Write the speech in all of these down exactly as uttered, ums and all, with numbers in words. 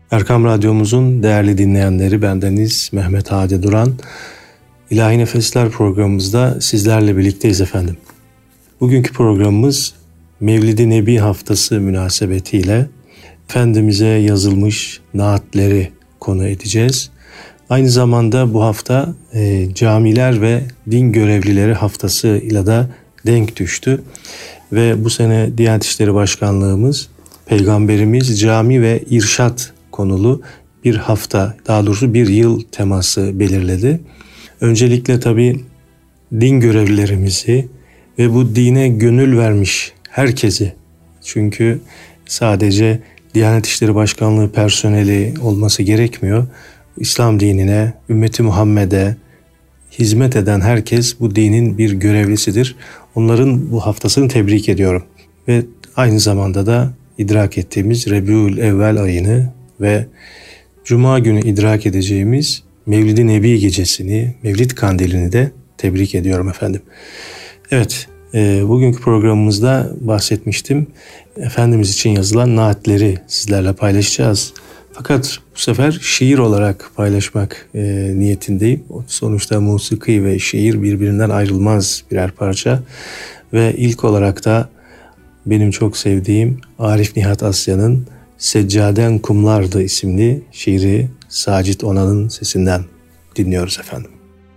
Erkam Radyomuzun değerli dinleyenleri, bendeniz Mehmet Hadi Duran. İlahi Nefesler programımızda sizlerle birlikteyiz efendim. Bugünkü programımız Mevlid-i Nebi haftası münasebetiyle Efendimiz'e yazılmış naatleri konu edeceğiz. Aynı zamanda bu hafta e, camiler ve din görevlileri haftası ile de denk düştü. Ve bu sene Diyanet İşleri Başkanlığımız Peygamberimiz cami ve irşat konulu bir hafta, daha doğrusu bir yıl teması belirledi. Öncelikle tabii din görevlilerimizi ve bu dine gönül vermiş herkesi, çünkü sadece Diyanet İşleri Başkanlığı personeli olması gerekmiyor. İslam dinine, ümmeti Muhammed'e hizmet eden herkes bu dinin bir görevlisidir. Onların bu haftasını tebrik ediyorum. Ve aynı zamanda da idrak ettiğimiz Rebiül Evvel ayını ve Cuma günü idrak edeceğimiz Mevlid-i Nebi gecesini, Mevlid Kandilini de tebrik ediyorum efendim. Evet, e, bugünkü programımızda bahsetmiştim. Efendimiz için yazılan naatleri sizlerle paylaşacağız. Fakat bu sefer şiir olarak paylaşmak e, niyetindeyim. Sonuçta musiki ve şiir birbirinden ayrılmaz birer parça. Ve ilk olarak da benim çok sevdiğim Arif Nihat Asya'nın Seccaden Kumlardı isimli şiiri Sacit Onan'ın sesinden dinliyoruz efendim.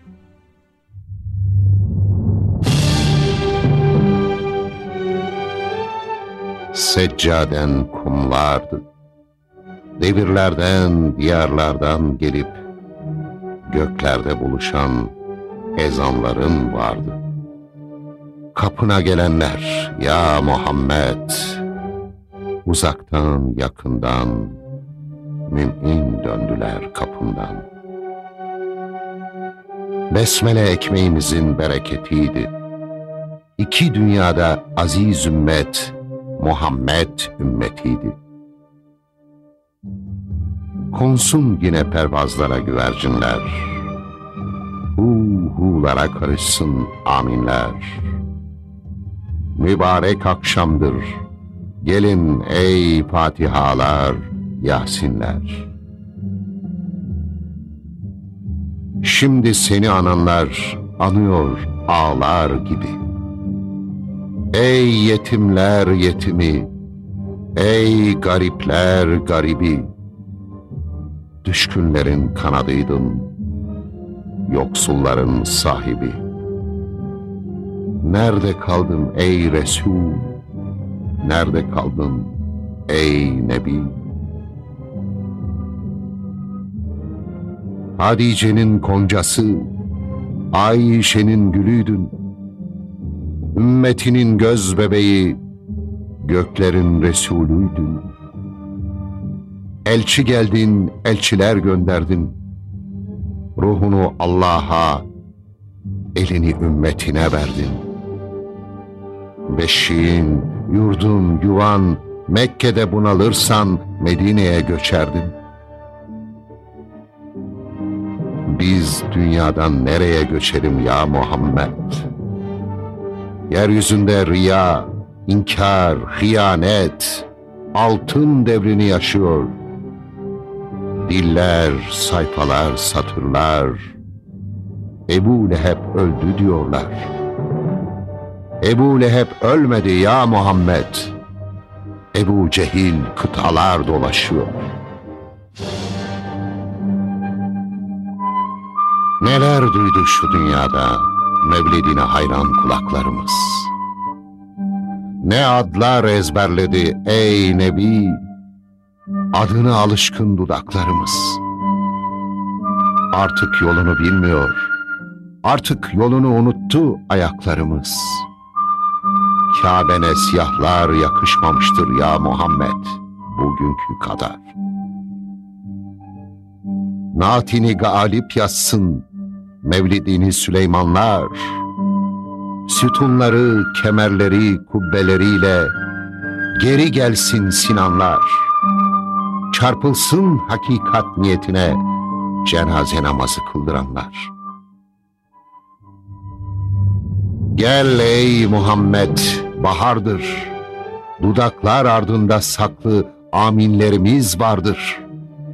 Seccaden kumlardı, devirlerden, diyarlardan gelip göklerde buluşan ezanların vardı. Kapına gelenler, ya Muhammed, uzaktan yakından mümin döndüler kapından. Besmele ekmeğimizin bereketiydi. İki dünyada aziz ümmet Muhammed ümmetiydi. Konsun yine pervazlara güvercinler, hu hulara karışsın aminler. Mübarek akşamdır, gelin ey Fatihalar, Yasinler. Şimdi seni ananlar anıyor ağlar gibi. Ey yetimler yetimi, ey garipler garibi. Düşkünlerin kanadıydın, yoksulların sahibi. Nerede kaldın ey Resul, nerede kaldın ey Nebi? Hadice'nin koncası, Ayşe'nin gülüydün. Ümmetinin göz bebeği, göklerin Resulüydün. Elçi geldin, elçiler gönderdin. Ruhunu Allah'a, elini ümmetine verdin. Beşiğin, yurdun, yuvan, Mekke'de bunalırsan Medine'ye göçerdin. Biz dünyadan nereye göçelim ya Muhammed? Yeryüzünde riya, inkar, hıyanet, altın devrini yaşıyor. Diller, sayfalar, satırlar, Ebu Leheb öldü diyorlar. Ebu Leheb ölmedi ya Muhammed. Ebu Cehil kıtalar dolaşıyor. Neler duydu şu dünyada Mevlidine hayran kulaklarımız. Ne adlar ezberledi ey Nebi, adına alışkın dudaklarımız. Artık yolunu bilmiyor, artık yolunu unuttu ayaklarımız. Kabe'ne siyahlar yakışmamıştır ya Muhammed bugünkü kadar. Naatini galip yazsın Mevlidini Süleymanlar. Sütunları, kemerleri, kubbeleriyle geri gelsin Sinanlar. Çarpılsın hakikat niyetine cenaze namazı kıldıranlar. Gel ey Muhammed, bahardır. Dudaklar ardında saklı aminlerimiz vardır.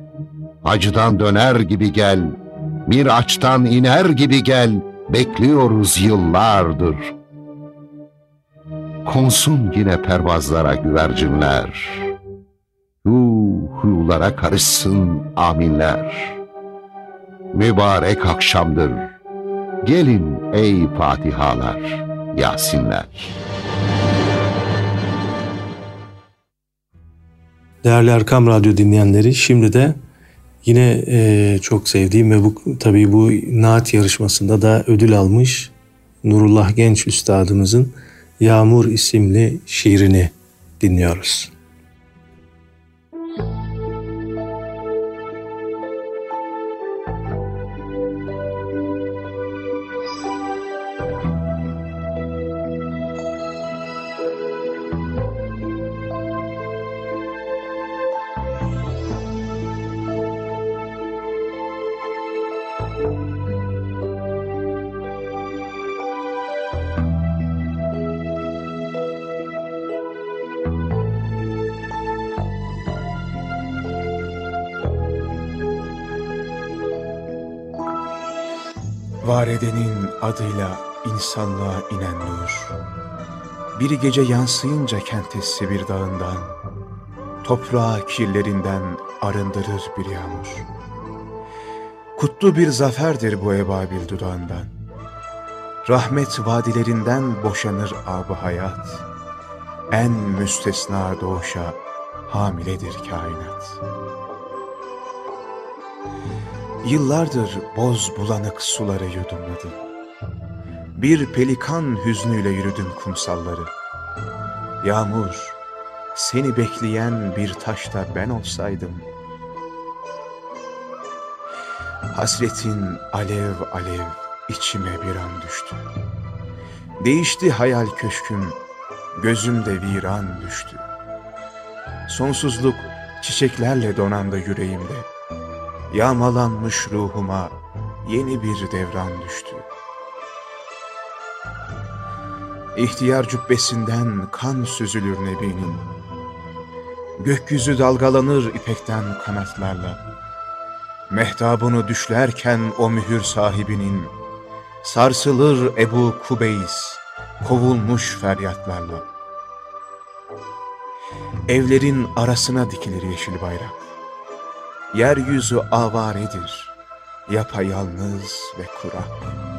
Acıdan döner gibi gel, Miraç'tan iner gibi gel, bekliyoruz yıllardır. Konsun yine pervazlara güvercinler, Hu hulara karışsın aminler. Mübarek akşamdır, gelin ey Fatihalar, Yasinler. Değerli Erkam Radyo dinleyenleri, şimdi de yine e, çok sevdiğim ve bu tabii bu naat yarışmasında da ödül almış Nurullah Genç Üstadımızın Yağmur isimli şiirini dinliyoruz. Var edenin adıyla insanlığa inen nur, bir gece yansıyınca Kentessi bir dağından, toprağı kirlerinden arındırır bir yağmur. Kutlu bir zaferdir bu ebabil dudağından, rahmet vadilerinden boşanır ab-ı hayat, en müstesna doğuşa hamiledir kainat. Yıllardır boz bulanık suları yudumladım. Bir pelikan hüznüyle yürüdüm kumsalları. Yağmur, seni bekleyen bir taşta ben olsaydım. Hasretin alev alev içime bir an düştü. Değişti hayal köşküm, gözümde viran düştü. Sonsuzluk çiçeklerle donandı yüreğimde. Yağmalanmış ruhuma yeni bir devran düştü. İhtiyar cübbesinden kan süzülür Nebi'nin. Gökyüzü dalgalanır ipekten kanatlarla. Mehtabını düşlerken o mühür sahibinin, sarsılır Ebu Kubeys, kovulmuş feryatlarla. Evlerin arasına dikilir yeşil bayrak. Yeryüzü avaredir, yapayalnız ve kurak.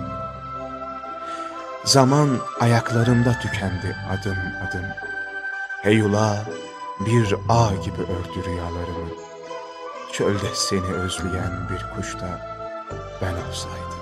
Zaman ayaklarımda tükendi adım adım. Heyula bir ağ gibi ördü rüyalarımı. Çölde seni özleyen bir kuş da ben olsaydım.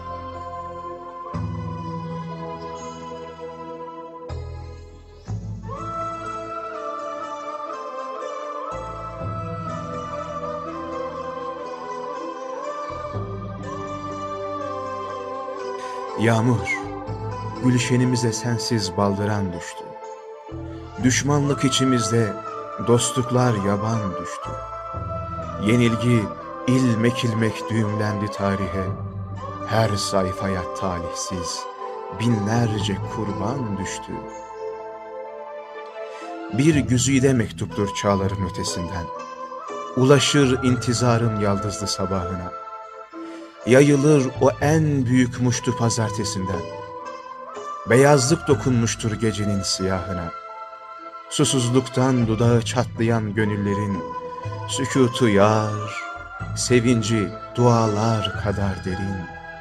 Yağmur, gülşenimize sensiz baldıran düştü. Düşmanlık içimizde, dostluklar yaban düştü. Yenilgi ilmek ilmek düğümlendi tarihe. Her sayfaya talihsiz binlerce kurban düştü. Bir güzide mektuptur çağların ötesinden. Ulaşır intizarın yaldızlı sabahına. Yayılır o en büyük muştu pazartesinden. Beyazlık dokunmuştur gecenin siyahına. Susuzluktan dudağı çatlayan gönüllerin sükutu yar, sevinci dualar kadar derin.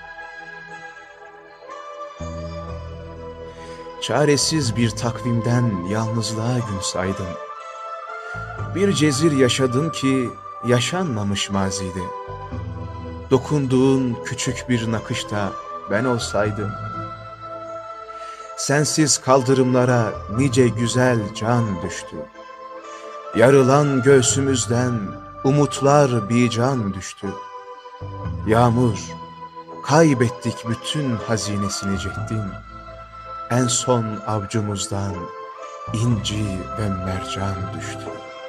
Çaresiz bir takvimden yalnızlığa gün saydım. Bir cezir yaşadım ki yaşanmamış mazide. Dokunduğun küçük bir nakışta ben olsaydım. Sensiz kaldırımlara nice güzel can düştü. Yarılan göğsümüzden umutlar bican düştü. Yağmur, kaybettik bütün hazinesini cehdin. En son avcumuzdan inci ve mercan düştü.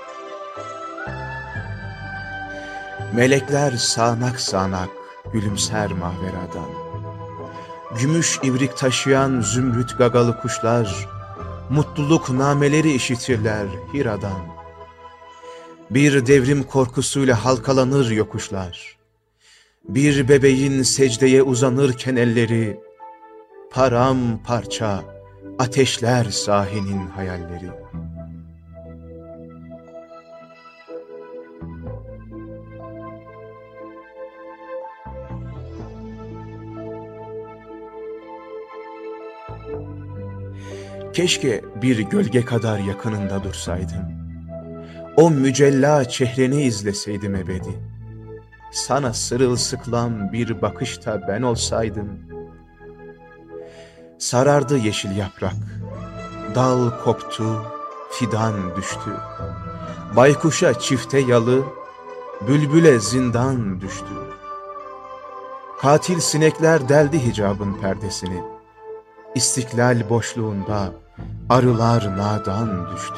Melekler sağanak sağanak gülümser mahveradan. Gümüş ibrik taşıyan zümrüt gagalı kuşlar mutluluk nameleri işitirler Hira'dan. Bir devrim korkusuyla halkalanır yokuşlar. Bir bebeğin secdeye uzanırken elleri, paramparça ateşler sahinin hayalleri. Keşke bir gölge kadar yakınında dursaydım. O mücella çehreni izleseydim ebedi. Sana sırılsıklam bir bakışta ben olsaydım. Sarardı yeşil yaprak, dal koptu, fidan düştü. Baykuşa çifte yalı, bülbüle zindan düştü. Katil sinekler deldi hicabın perdesini. İstiklal boşluğunda arılar nadan düştü.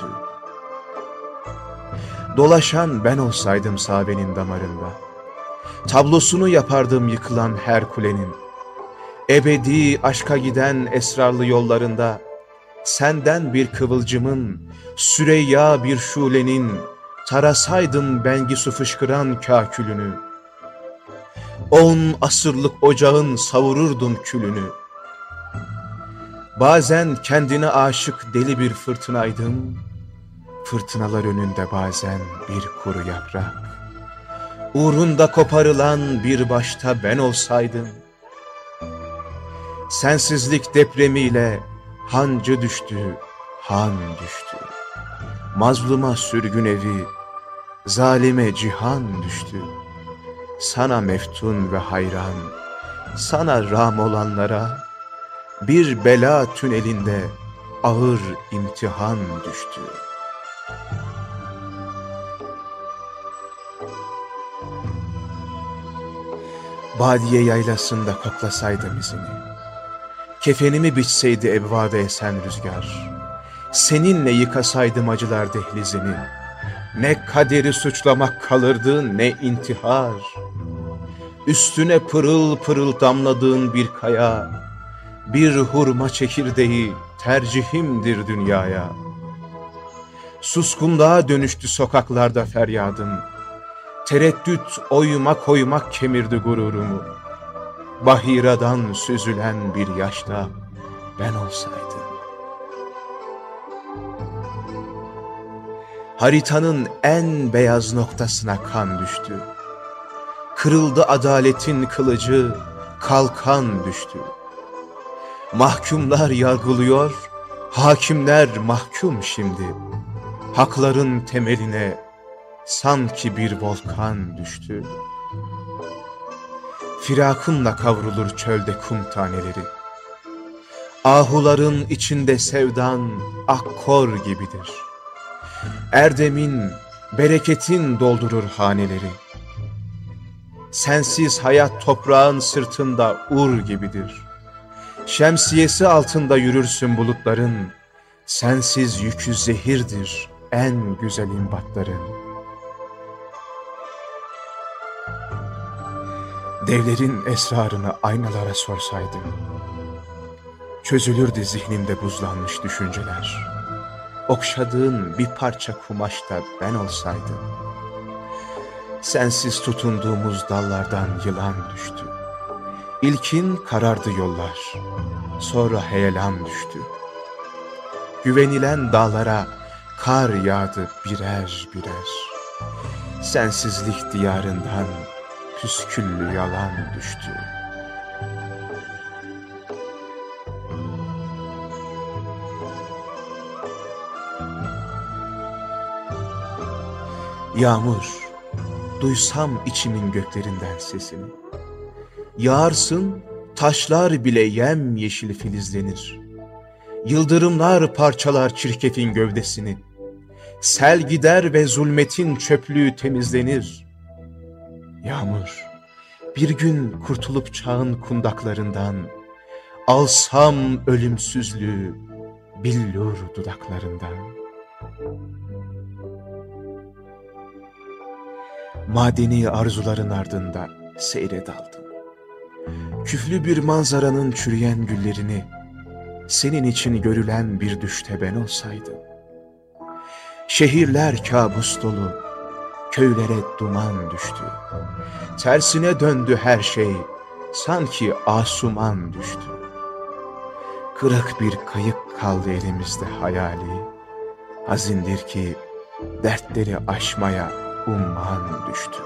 Dolaşan ben olsaydım Sabe'nin damarında. Tablosunu yapardım yıkılan her kulenin. Ebedi aşka giden esrarlı yollarında senden bir kıvılcımın, Süreyya bir şulenin, tarasaydım bengi su fışkıran kâkülünü. On asırlık ocağın savururdum külünü. Bazen kendine aşık deli bir fırtınaydım, fırtınalar önünde bazen bir kuru yaprak. Uğrunda koparılan bir başta ben olsaydım. Sensizlik depremiyle hancı düştü, han düştü. Mazluma sürgün evi, zalime cihan düştü. Sana meftun ve hayran, sana ram olanlara bir bela tünelinde ağır imtihan düştü. Badiye yaylasında koklasaydım izini, kefenimi biçseydi ebvada esen rüzgar, seninle yıkasaydım acılar dehlizini, ne kaderi suçlamak kalırdı ne intihar. Üstüne pırıl pırıl damladığın bir kaya, bir hurma çekirdeği tercihimdir dünyaya. Suskunluğa dönüştü sokaklarda feryadım, tereddüt oymak koymak kemirdi gururumu. Bahiradan süzülen bir yaşta ben olsaydım. Haritanın en beyaz noktasına kan düştü. Kırıldı adaletin kılıcı, kalkan düştü. Mahkumlar yargılıyor, hakimler mahkum şimdi. Hakların temeline sanki bir volkan düştü. Firakınla kavrulur çölde kum taneleri. Ahuların içinde sevdan akkor gibidir. Erdemin, bereketin doldurur haneleri. Sensiz hayat toprağın sırtında ur gibidir. Şemsiyesi altında yürürsün bulutların. Sensiz yükü zehirdir en güzel imbatların. Devlerin esrarını aynalara sorsaydım, çözülürdü zihnimde buzlanmış düşünceler. Okşadığın bir parça kumaşta ben olsaydım. Sensiz tutunduğumuz dallardan yılan düştü. İlkin karardı yollar, sonra heyelan düştü. Güvenilen dağlara kar yağdı birer birer. Sensizlik diyarından püsküllü yalan düştü. Yağmur, duysam içimin göklerinden sesini. Yağarsın, taşlar bile yem yeşil filizlenir. Yıldırımlar parçalar çirkefin gövdesini. Sel gider ve zulmetin çöplüğü temizlenir. Yağmur, bir gün kurtulup çağın kundaklarından, alsam ölümsüzlüğü billur dudaklarından. Madeni arzuların ardında seyre daldım. Küflü bir manzaranın çürüyen güllerini, senin için görülen bir düşte ben olsaydım. Şehirler kabus dolu, köylere duman düştü. Tersine döndü her şey, sanki asuman düştü. Kırık bir kayık kaldı elimizde hayali, hazindir ki dertleri aşmaya umman düştü.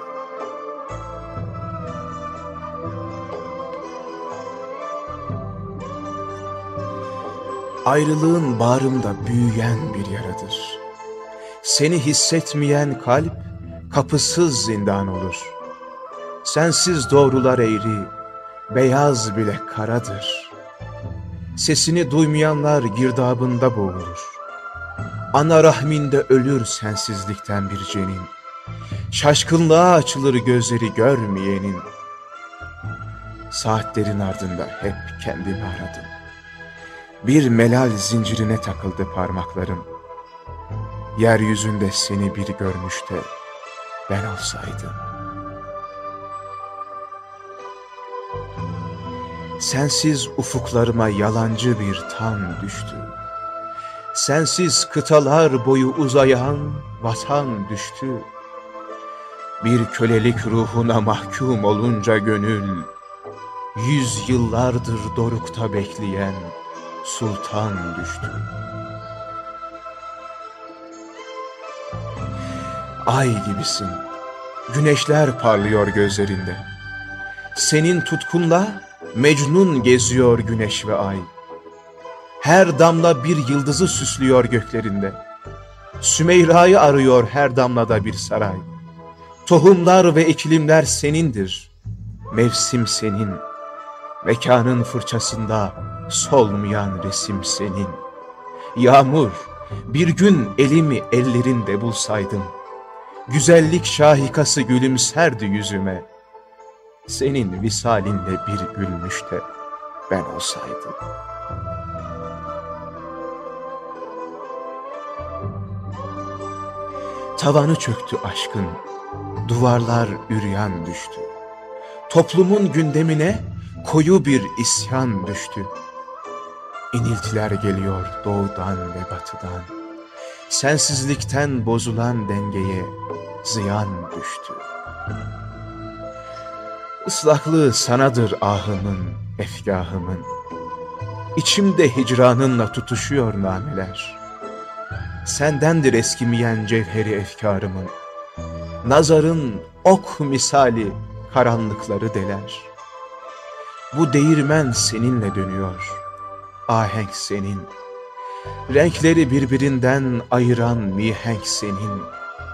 Ayrılığın bağrımda büyüyen bir yaradır. Seni hissetmeyen kalp kapısız zindan olur. Sensiz doğrular eğri, beyaz bile karadır. Sesini duymayanlar girdabında boğulur. Ana rahminde ölür sensizlikten bir cenin. Şaşkınlığa açılır gözleri görmeyenin. Saatlerin ardında hep kendimi aradım. Bir melal zincirine takıldı parmaklarım. Yeryüzünde seni bir görmüş de ben olsaydım. Sensiz ufuklarıma yalancı bir tan düştü. Sensiz kıtalar boyu uzayan vatan düştü. Bir kölelik ruhuna mahkum olunca gönül, yüz yıllardır dorukta bekleyen sultan düştü. Ay gibisin, güneşler parlıyor gözlerinde. Senin tutkunla Mecnun geziyor güneş ve ay. Her damla bir yıldızı süslüyor göklerinde. Sümeyra'yı arıyor her damlada bir saray. Tohumlar ve iklimler senindir. Mevsim senin. Mekanın fırçasında solmayan resim senin. Yağmur, bir gün elimi ellerinde bulsaydım, güzellik şahikası gülümserdi yüzüme. Senin visalinle bir gülmüş de ben olsaydım. Tavanı çöktü aşkın, duvarlar üryan düştü. Toplumun gündemine koyu bir isyan düştü. İniltiler geliyor doğudan ve batıdan. Sensizlikten bozulan dengeye ziyan düştü. Islaklığı sanadır ahımın, efgahımın. İçimde hicranınla tutuşuyor nameler. Sendendir eskimeyen cevheri efkarımın. Nazarın ok misali karanlıkları deler. Bu değirmen seninle dönüyor, ahenk senin. Renkleri birbirinden ayıran mihenk senin.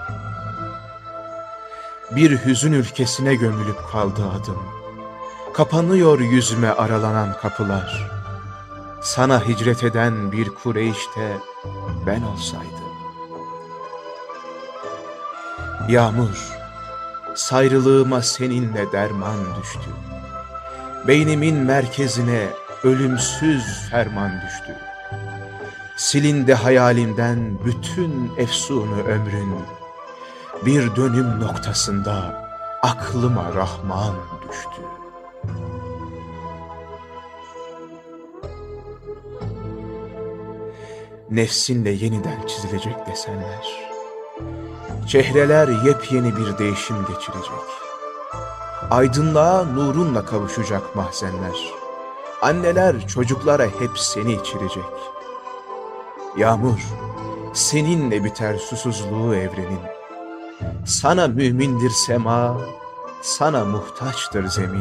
Bir hüzün ülkesine gömülüp kaldı adım. Kapanıyor yüzüme aralanan kapılar. Sana hicret eden bir Kureyş'te ben olsaydım. Yağmur, sayrılığıma seninle derman düştü. Beynimin merkezine ölümsüz ferman düştü. Silindi hayalimden bütün efsunu ömrün. Bir dönüm noktasında aklıma Rahman düştü. Nefsinle yeniden çizilecek desenler. Çehreler yepyeni bir değişim geçirecek. Aydınlığa nurunla kavuşacak mahzenler. Anneler çocuklara hep seni içirecek. Yağmur, seninle biter susuzluğu evrenin. Sana mümindir sema, sana muhtaçtır zemin.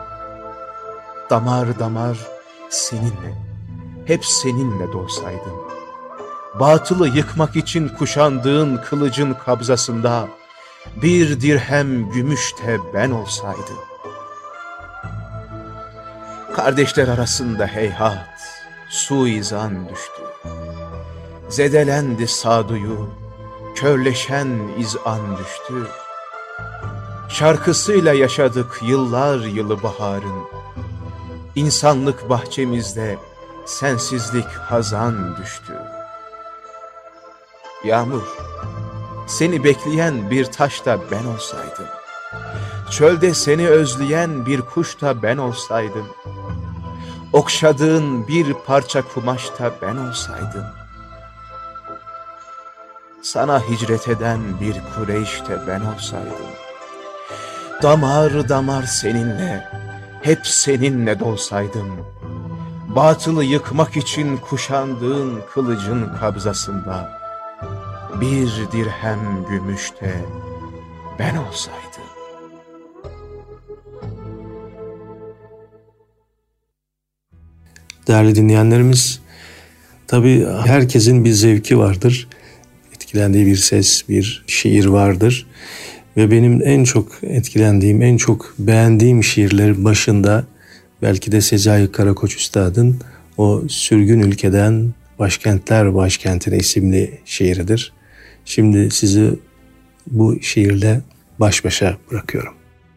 Damar damar seninle, hep seninle dolsaydım. Batılı yıkmak için kuşandığın kılıcın kabzasında bir dirhem gümüş de ben olsaydım. Kardeşler arasında heyhat, suizan düştü. Zedelendi sağduyu, körleşen izan düştü. Şarkısıyla yaşadık yıllar yılı baharın. İnsanlık bahçemizde sensizlik hazan düştü. Yağmur, seni bekleyen bir taş da ben olsaydım. Çölde seni özleyen bir kuş da ben olsaydım. Okşadığın bir parça kumaş da ben olsaydım. sana hicret eden bir Kureyş'te ben olsaydım. Damar damar seninle, hep seninle dolsaydım. Batılı yıkmak için kuşandığın kılıcın kabzasında bir dirhem gümüşte ben olsaydım. Değerli dinleyenlerimiz, tabii herkesin bir zevki vardır. Etkilendiği bir ses, bir şiir vardır. Ve benim en çok etkilendiğim, en çok beğendiğim şiirlerin başında belki de Sezai Karakoç Üstad'ın o Sürgün Ülkeden Başkentler Başkentine isimli şiiridir. Şimdi sizi bu şiirle baş başa bırakıyorum.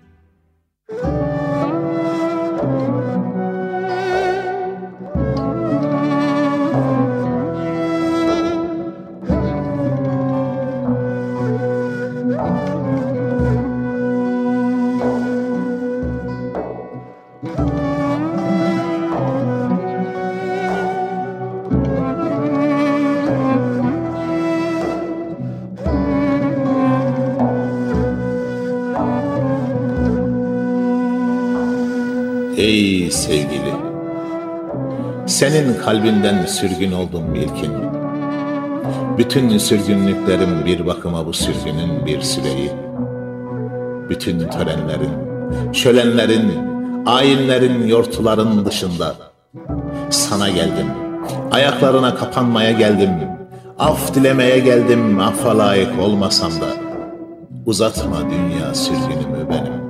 Ey sevgili, senin kalbinden sürgün oldum ilkin. Bütün sürgünlüklerim bir bakıma bu sürgünün bir süreyi. Bütün törenlerin, şölenlerin, ayinlerin, yortuların dışında sana geldim. Ayaklarına kapanmaya geldim. Af dilemeye geldim, affa layık olmasam da. Uzatma dünya sürgünümü benim.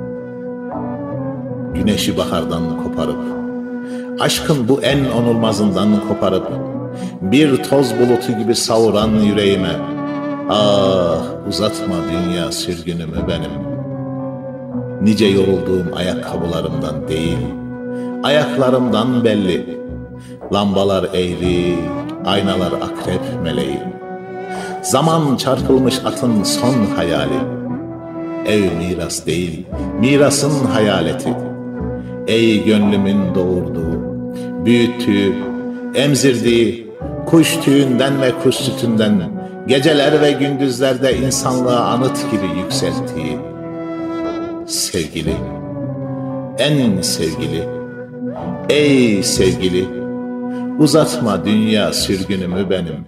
Güneşi bahardan koparıp, aşkın bu en onulmazından koparıp, bir toz bulutu gibi savuran yüreğime, ah uzatma dünya sürgünümü benim. Nice yorulduğum ayakkabılarımdan değil, ayaklarımdan belli. Lambalar eğri, aynalar akrep meleği. Zaman çarpılmış atın son hayali. Ev miras değil, mirasın hayaleti. Ey gönlümün doğurduğu, büyüttüğü, emzirdiği, kuş tüyünden ve kuş sütünden, geceler ve gündüzlerde insanlığa anıt gibi yükselttiği sevgili, en sevgili, ey sevgili, uzatma dünya sürgünümü benim.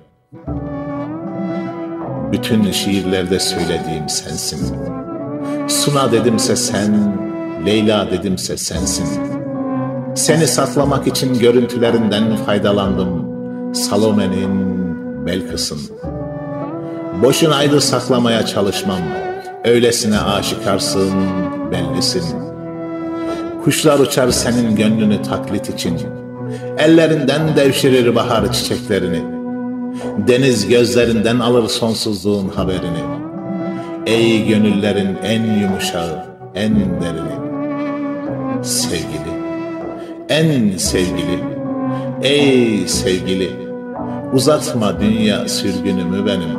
Bütün şiirlerde söylediğim sensin. Suna dedimse sen, Leyla dedimse sensin. Seni saklamak için görüntülerinden faydalandım. Salome'nin, Belkıs'ın. Boşunaydı saklamaya çalışmam. Öylesine aşikarsın, bellisin. Kuşlar uçar senin gönlünü taklit için. Ellerinden devşirir bahar çiçeklerini. Deniz gözlerinden alır sonsuzluğun haberini. Ey gönüllerin en yumuşağı, en derini. Sevgili, en sevgili, ey sevgili, uzatma dünya sürgünümü benim.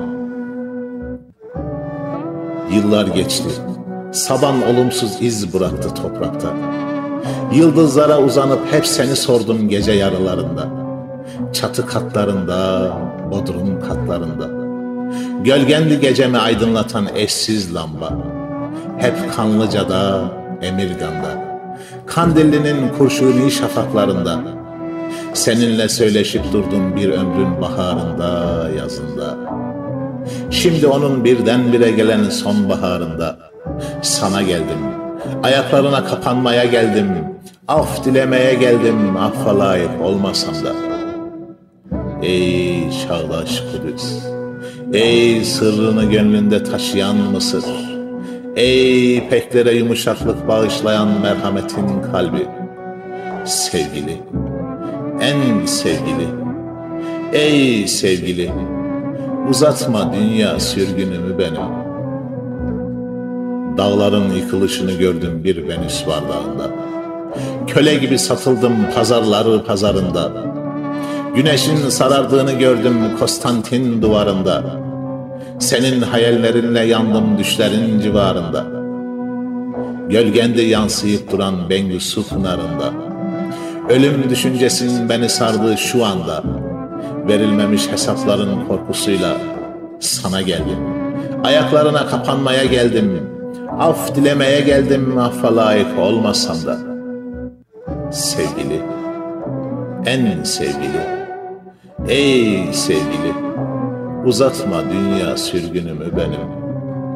Yıllar geçti, saban olumsuz iz bıraktı toprakta. Yıldızlara uzanıp hep seni sordum gece yarılarında. Çatı katlarında, bodrum katlarında. Gölgendi gecemi aydınlatan eşsiz lamba. Hep Kanlıca'da, Emirgan'da. Kandilli'nin kurşuni şafaklarında. Seninle söyleşip durdum bir ömrün baharında, yazında. Şimdi onun birdenbire gelen sonbaharında. Sana geldim, ayaklarına kapanmaya geldim. Af dilemeye geldim, affa layık olmasam da. Ey çağdaş Kudüs, ey sırrını gönlünde taşıyan Mısır, ey ipeklere yumuşaklık bağışlayan merhametin kalbi. Sevgili, en sevgili, ey sevgili, uzatma dünya sürgünümü benim. Dağların yıkılışını gördüm bir Venüs bardağında. Köle gibi satıldım pazarları pazarında. Güneşin sarardığını gördüm Konstantin duvarında. Senin hayallerinle yandım düşlerin civarında. Gölgende yansıyıp duran Bengüsü pınarında. Ölüm düşüncesinin beni sardığı şu anda. Verilmemiş hesapların korkusuyla Sana geldim, ayaklarına kapanmaya geldim, af dilemeye geldim, affa layık olmasam da. Sevgili, en sevgili, ey sevgili, uzatma dünya sürgünümü benim.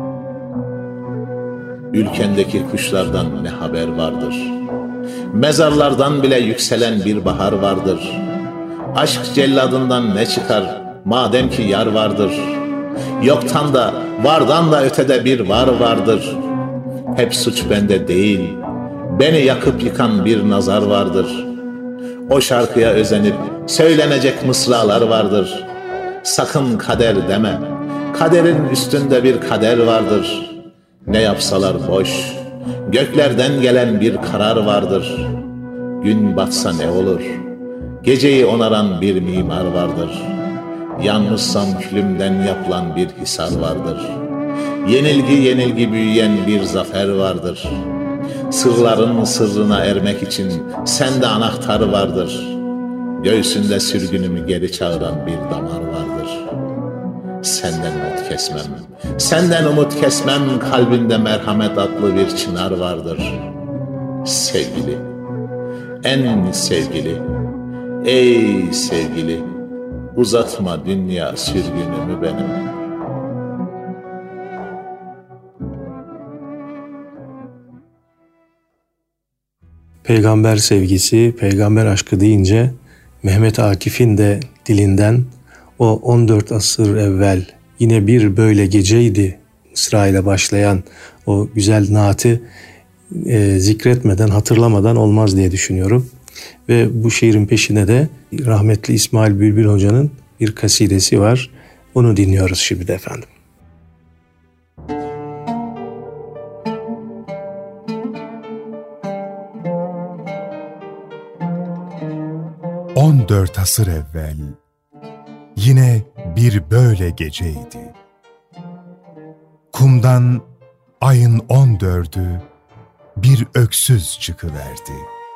Ülkendeki kuşlardan ne haber vardır? Mezarlardan bile yükselen bir bahar vardır. Aşk celladından ne çıkar madem ki yar vardır? Yoktan da vardan da ötede bir var vardır. Hep suç bende değil, beni yakıp yıkan bir nazar vardır. O şarkıya özenip söylenecek mısralar vardır. Sakın kader deme, kaderin üstünde bir kader vardır. Ne yapsalar boş, göklerden gelen bir karar vardır. Gün batsa ne olur, geceyi onaran bir mimar vardır. Yalnızsam külümden yapılan bir hisar vardır. Yenilgi yenilgi büyüyen bir zafer vardır. Sırların sırrına ermek için sende anahtar vardır. Göğsünde sürgünümü geri çağıran bir damar vardır. Senden umut kesmem, senden umut kesmem, kalbinde merhamet adlı bir çınar vardır. Sevgili, en sevgili, ey sevgili, uzatma dünya sürgünümü benim. Peygamber sevgisi, peygamber aşkı deyince Mehmet Akif'in de dilinden o on dört asır evvel yine bir böyle geceydi mısra ile başlayan o güzel naati e, zikretmeden, hatırlamadan olmaz diye düşünüyorum. Ve bu şiirin peşine de rahmetli İsmail Bülbül Hoca'nın bir kasidesi var. Onu dinliyoruz şimdi de efendim. On dört asır evvel yine bir böyle geceydi. Kumdan ayın on dördü bir öksüz çıkıverdi.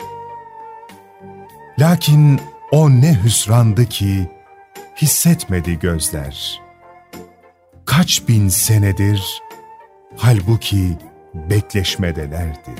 Lakin o ne hüsrandı ki hissetmedi gözler. Kaç bin senedir halbuki bekleşmedelerdi.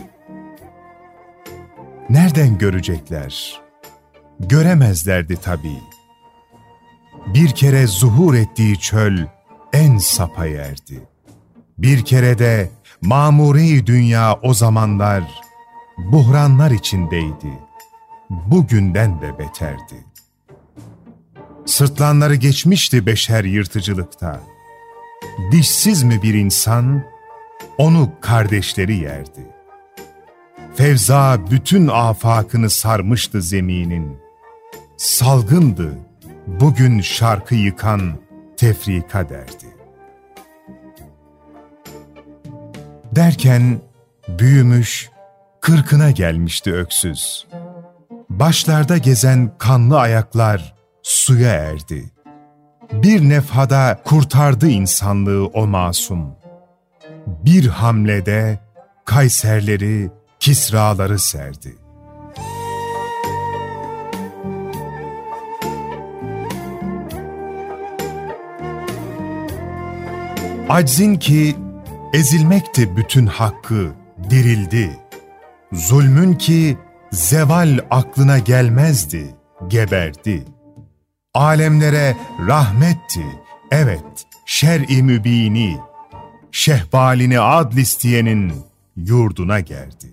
Nereden görecekler? Göremezlerdi tabii. Bir kere zuhur ettiği çöl en sapa yerdi. Bir kere de mamure-i dünya o zamanlar buhranlar içindeydi. Bugünden de beterdi. Sırtlanları geçmişti beşer yırtıcılıkta. Dişsiz mi bir insan, onu kardeşleri yerdi. Fevza bütün afakını sarmıştı zeminin. Salgındı bugün şarkı yıkan tefrika derdi. Derken büyümüş, kırkına gelmişti öksüz. Başlarda gezen kanlı ayaklar suya erdi. Bir nefhada kurtardı insanlığı o masum. Bir hamlede Kayserleri, Kisraları serdi. Aczin ki ezilmekti bütün hakkı dirildi. Zulmün ki zeval aklına gelmezdi, geberdi. Alemlere rahmetti, evet, şer-i mübini, şehbalini adl isteyenin yurduna geldi.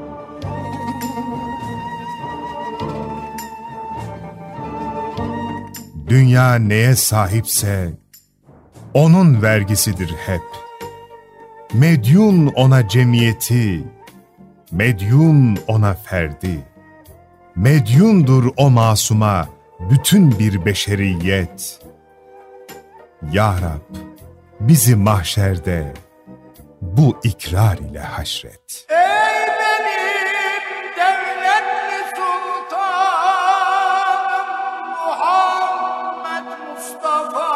Dünya neye sahipse onun vergisidir hep. Medyun ona cemiyeti, medyun ona ferdi. Medyundur o masuma bütün bir beşeriyet. Ya Rab, bizi mahşerde bu ikrar ile haşret. Ey benim devletli sultanım Muhammed Mustafa,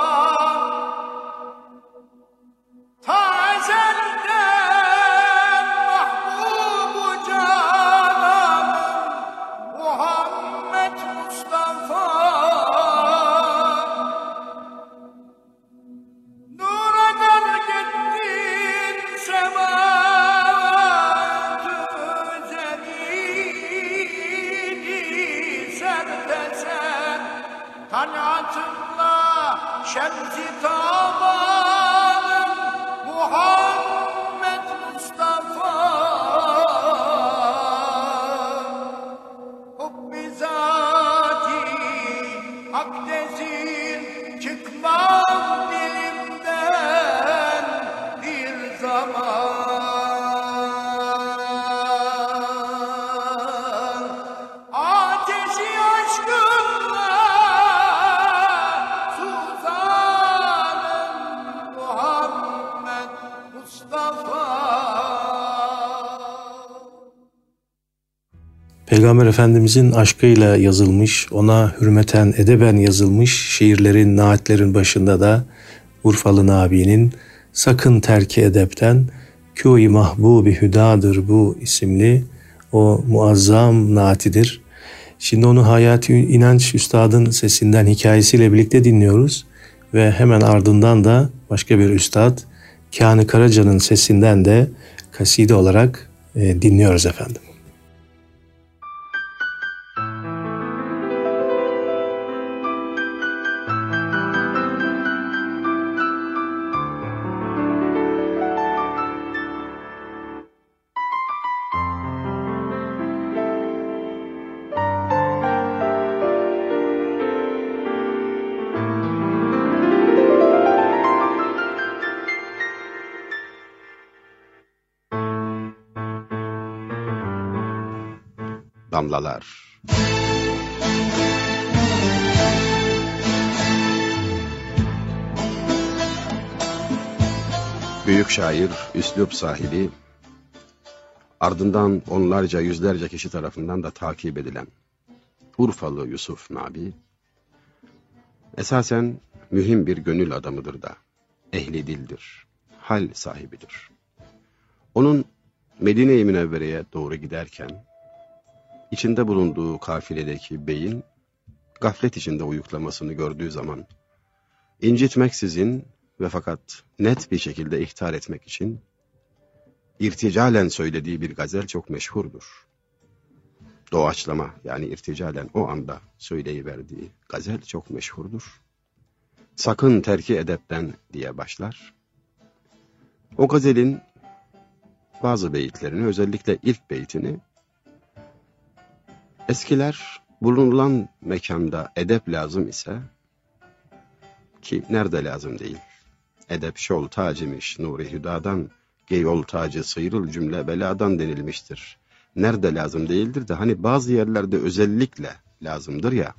ta ezelden mahbub-u cananım Muhammed Mustafa. Peygamber Efendimizin aşkıyla yazılmış, ona hürmeten, edeben yazılmış şiirlerin, naatlerin başında da Urfalı Nabi'nin "Sakın terki edepten, kû-i mahbûbi hüdadır bu" isimli o muazzam naatidir. Şimdi onu Hayati İnanç Üstad'ın sesinden, hikayesiyle birlikte dinliyoruz ve hemen ardından da başka bir üstad Kâni Karaca'nın sesinden de kaside olarak e, dinliyoruz efendim. Damlalar. Büyük şair, üslup sahibi, ardından onlarca yüzlerce kişi tarafından da takip edilen Urfalı Yusuf Nabi, esasen mühim bir gönül adamıdır da, ehli dildir, hal sahibidir. Onun Medine-i Münevvere'ye doğru giderken, İçinde bulunduğu kafiledeki beyin, gaflet içinde uyuklamasını gördüğü zaman, incitmeksizin ve fakat net bir şekilde ihtar etmek için, irticalen söylediği bir gazel çok meşhurdur. Doğaçlama, yani irticalen o anda söyleyiverdiği gazel çok meşhurdur. "Sakın terki edepten" diye başlar. O gazelin bazı beyitlerini, özellikle ilk beytini, eskiler bulunulan mekanda edep lazım ise, ki nerede lazım değil, edep şol tacimiş nuri hüdadan, geyol tacı sıyrıl cümle beladan denilmiştir. Nerede lazım değildir de hani bazı yerlerde özellikle lazımdır ya.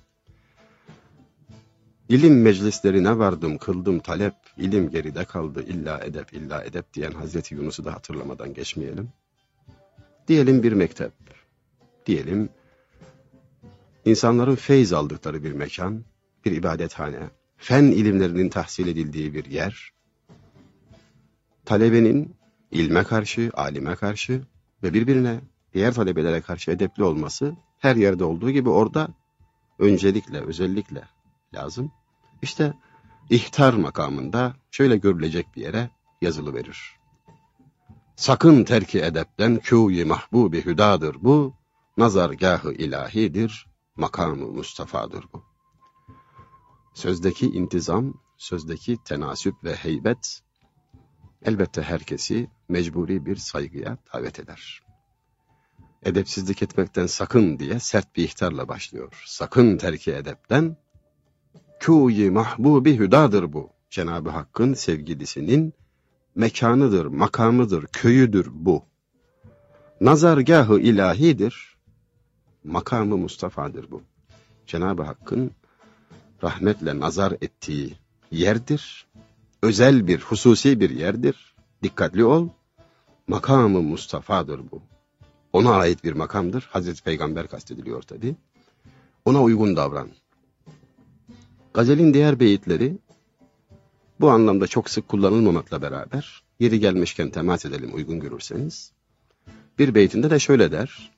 İlim meclislerine vardım, kıldım talep, ilim geride kaldı, illa edep, illa edep diyen Hazreti Yunus'u da hatırlamadan geçmeyelim. Diyelim bir mektep, diyelim İnsanların feyz aldıkları bir mekan, bir ibadethane, fen ilimlerinin tahsil edildiği bir yer, talebenin ilme karşı, alime karşı ve birbirine, diğer talebelere karşı edepli olması her yerde olduğu gibi orada öncelikle, özellikle lazım. İşte ihtar makamında şöyle görülecek bir yere yazılı verir. "Sakın terki edepten, kû-i mahbûbi hüdadır bu, nazargâh-ı ilahidir, makamı Mustafa'dır bu." Sözdeki intizam, sözdeki tenasüp ve heybet, elbette herkesi mecburi bir saygıya davet eder. Edepsizlik etmekten sakın diye sert bir ihtarla başlıyor. "Sakın terki edepten, kû-i mahbûbi hüdadır bu." Cenab-ı Hakk'ın sevgilisinin mekanıdır, makamıdır, köyüdür bu. Nazargâh-ı ilahidir, makamı Mustafa'dır bu. Cenab-ı Hakk'ın rahmetle nazar ettiği yerdir. Özel bir, hususi bir yerdir. Dikkatli ol. Makamı Mustafa'dır bu. Ona ait bir makamdır. Hazreti Peygamber kastediliyor tabi. Ona uygun davran. Gazelin diğer beyitleri bu anlamda çok sık kullanılmamakla beraber, yeri gelmişken temas edelim uygun görürseniz. Bir beytinde de şöyle der: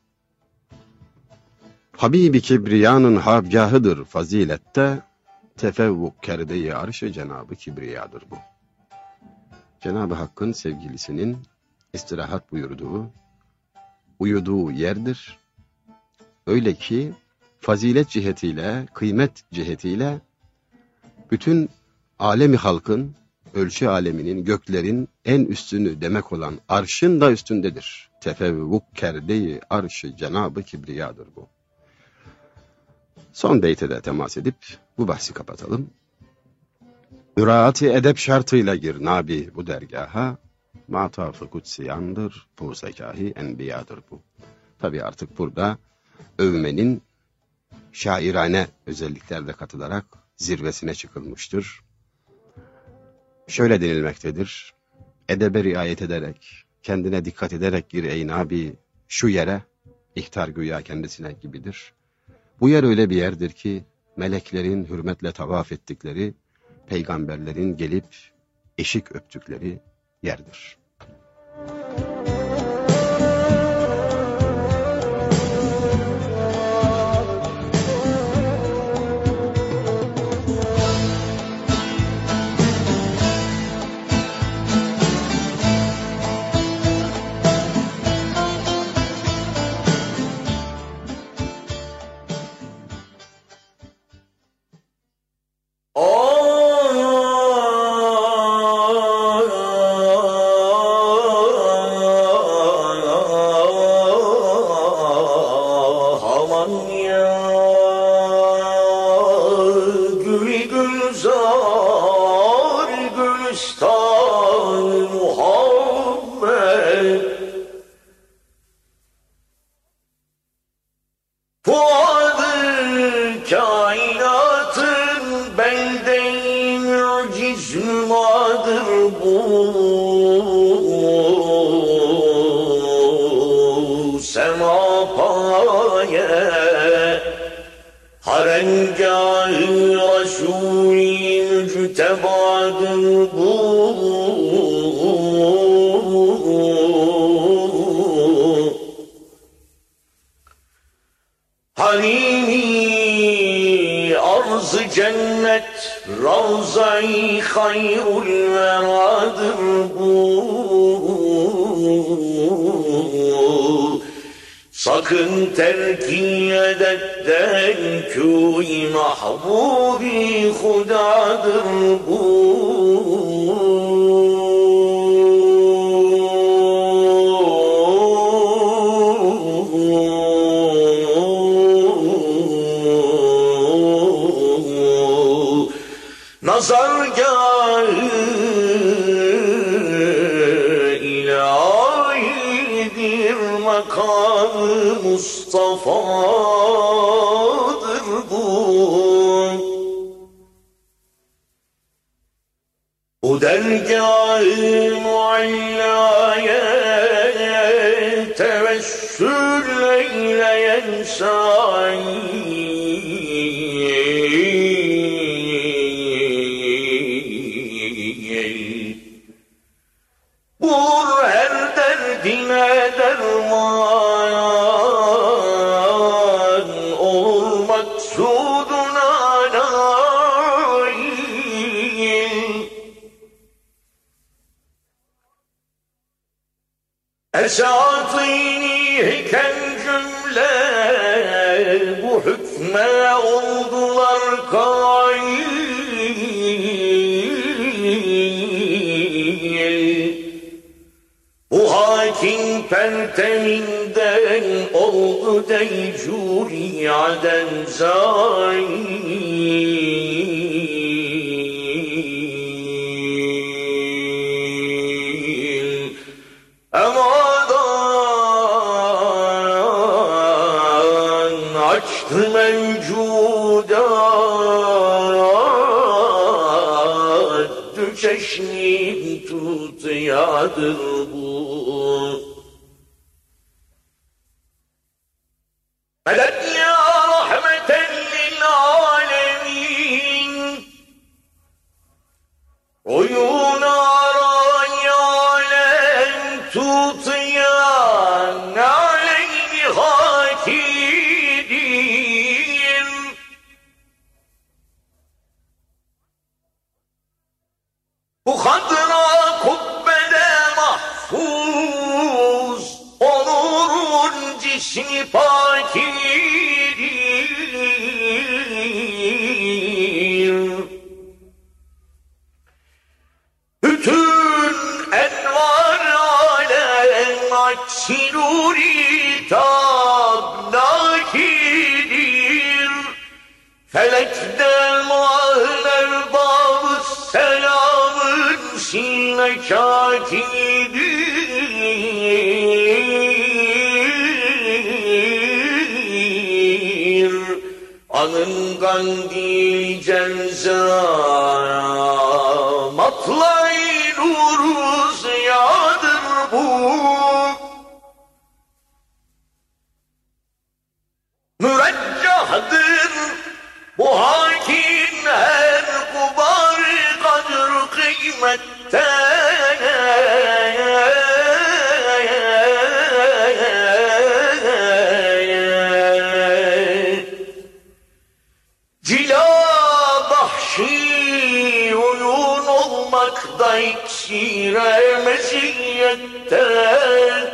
"Habibi kibriyanın habgahıdır fazilette, tefevvuk kerde-i arş-ı Cenab-ı Kibriyadır bu." Cenab-ı Hakk'ın sevgilisinin istirahat buyurduğu, uyuduğu yerdir. Öyle ki fazilet cihetiyle, kıymet cihetiyle bütün alemi halkın, ölçü aleminin, göklerin en üstünü demek olan arşın da üstündedir. Tefevvuk kerde-i arş-ı Cenab-ı Kibriyadır bu. Son beyte de temas edip bu bahsi kapatalım. Müraat-ı edep şartıyla gir Nabi bu dergaha, mataf-ı kutsiyandır, pusekahi enbiyadır bu. Tabi artık burada övmenin şairane özelliklerle katılarak zirvesine çıkılmıştır. Şöyle denilmektedir: edebe riayet ederek, kendine dikkat ederek gir ey Nabi şu yere, ihtar güya kendisine gibidir. Bu yer öyle bir yerdir ki meleklerin hürmetle tavaf ettikleri, peygamberlerin gelip eşik öptükleri yerdir. Sakın terki edetten kû-i mahbûb-i hudadır bu. Nazargâh-ı ilahidir, makam-ı Mustafa'dır bu. Bu dergâh-ı muallâye tevessül eyleyen sâi bul her derdine derman olur maksuduna nail. Esatini hiken cümle bu hükme oldular kail. Bu hakim perteminden oldu deycûri aden zail. Emadan açtı mevcudat, düşeşnim tutyadır bu. Medet ya rahmeten lil alemin, uyun aray alem tutyan aleyhi hakidir. Bu hadra kubbede mahfuz onurun cismi pakidir. Bütün envar alem aksi nuri tabnakidir. Felekten muahler babı selamın sinnekakidir. Anın kandil cemzara matlay nuru ziyadır bu. olsa iksire meziyetten,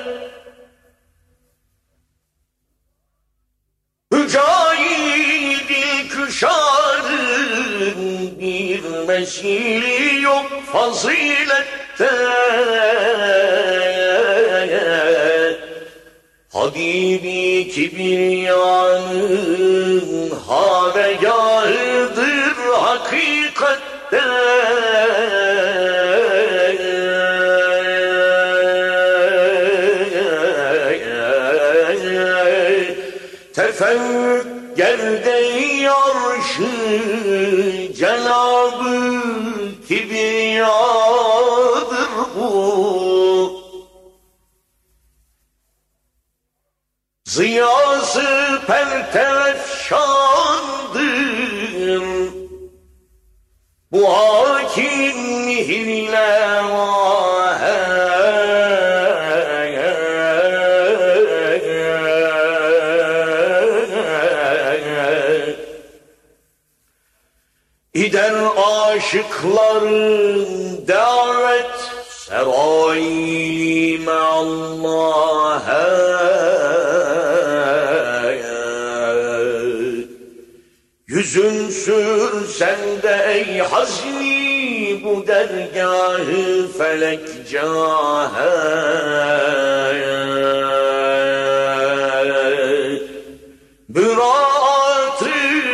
Hücai-i küşarın bir mesili yok fazilette. Habibi kibriyanın havegahıdır hakikatte. Tefevvük gerde-i arşı Cenab-ı Kibriyadır bu. Ziyası pertevefşandır bu hakim hile vahe. İder aşıkların davet serayim Allah'a. Yüzün sürsen de ey hazni bu dergâh-ı felekcâhe. Büraat-ı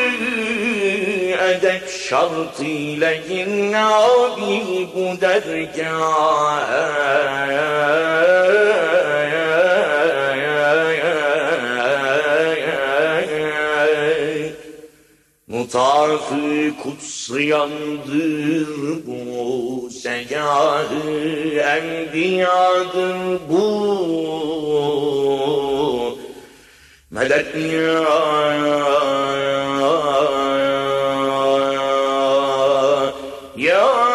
edep şartıyla yine abi bu dergâhe. Mutaf-ı kutsiyandır bu, segâh-ı enbiyadır bu. Medet ya ya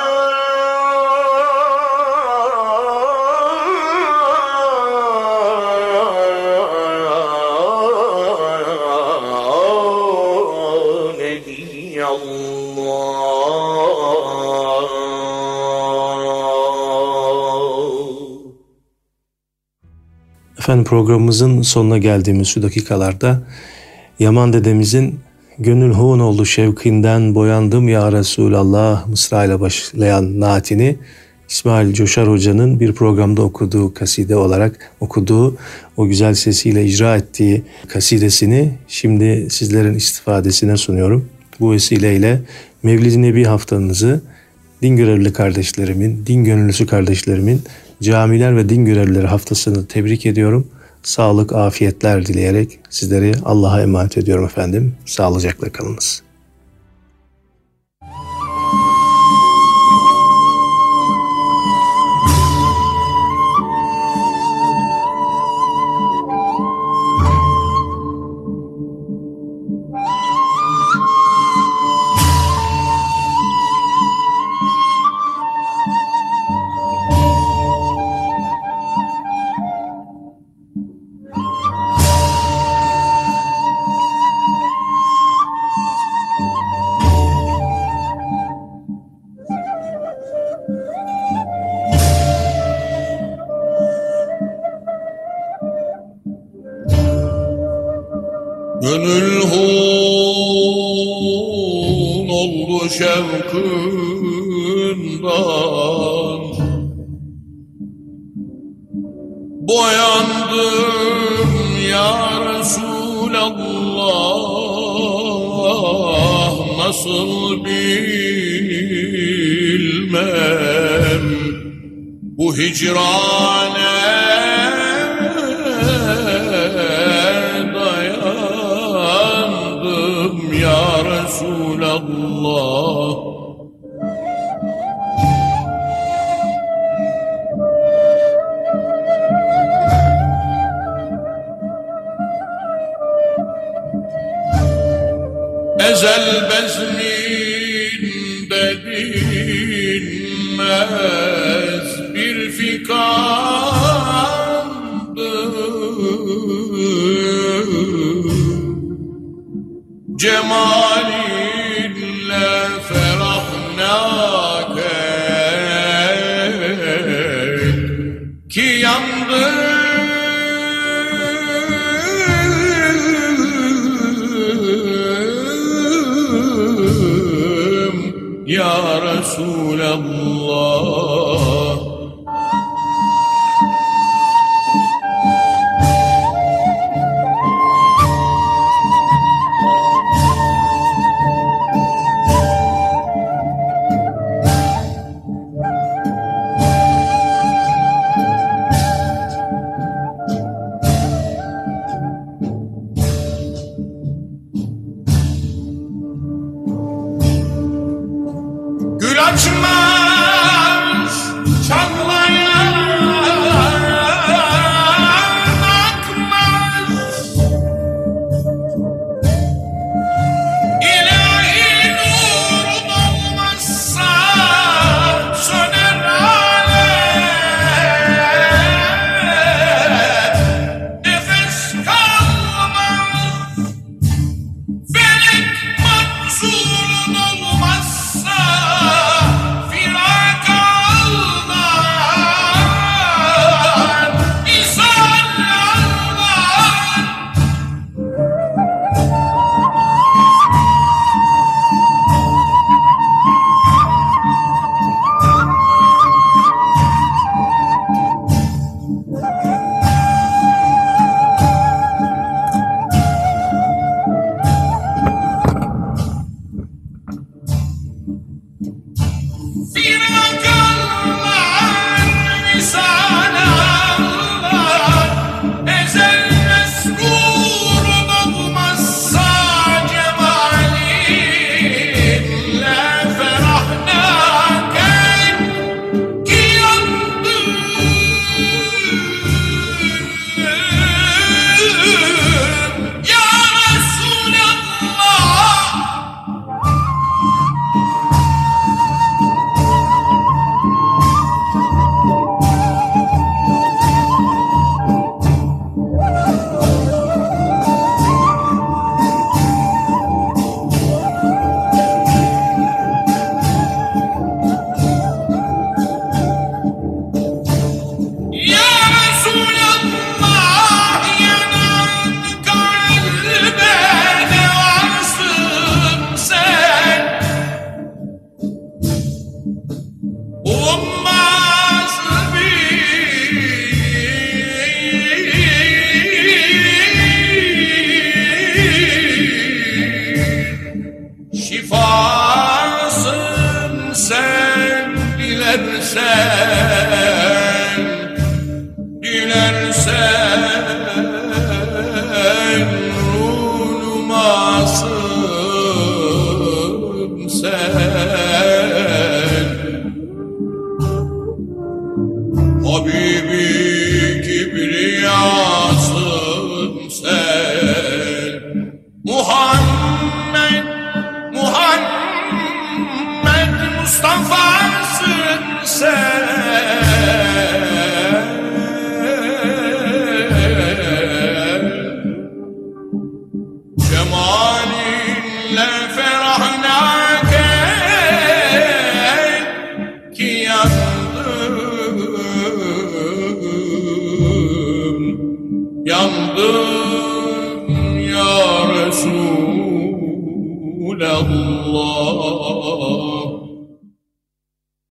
Efendim, programımızın sonuna geldiğimiz şu dakikalarda Yaman dedemizin "Gönül hun oldu şevkinden boyandım ya Resulallah" mısrayla başlayan naatini İsmail Coşar Hoca'nın bir programda okuduğu kaside olarak okuduğu, o güzel sesiyle icra ettiği kasidesini şimdi sizlerin istifadesine sunuyorum. Bu vesileyle Mevlid-i Nebi haftanızı din görevli kardeşlerimin, din gönüllüsü kardeşlerimin Camiler ve Din Görevlileri haftasını tebrik ediyorum. Sağlık, afiyetler dileyerek sizleri Allah'a emanet ediyorum efendim. Sağlıcakla kalınız. Gönül hun oldu şevkından, boyandım ya Resulallah. Nasıl bilmem bu hicrane ya Resulallah. Ezel bezminde dinmez bir fikandı, cemalinle ferahnâke Resulallah. Yandım ya Resulallah.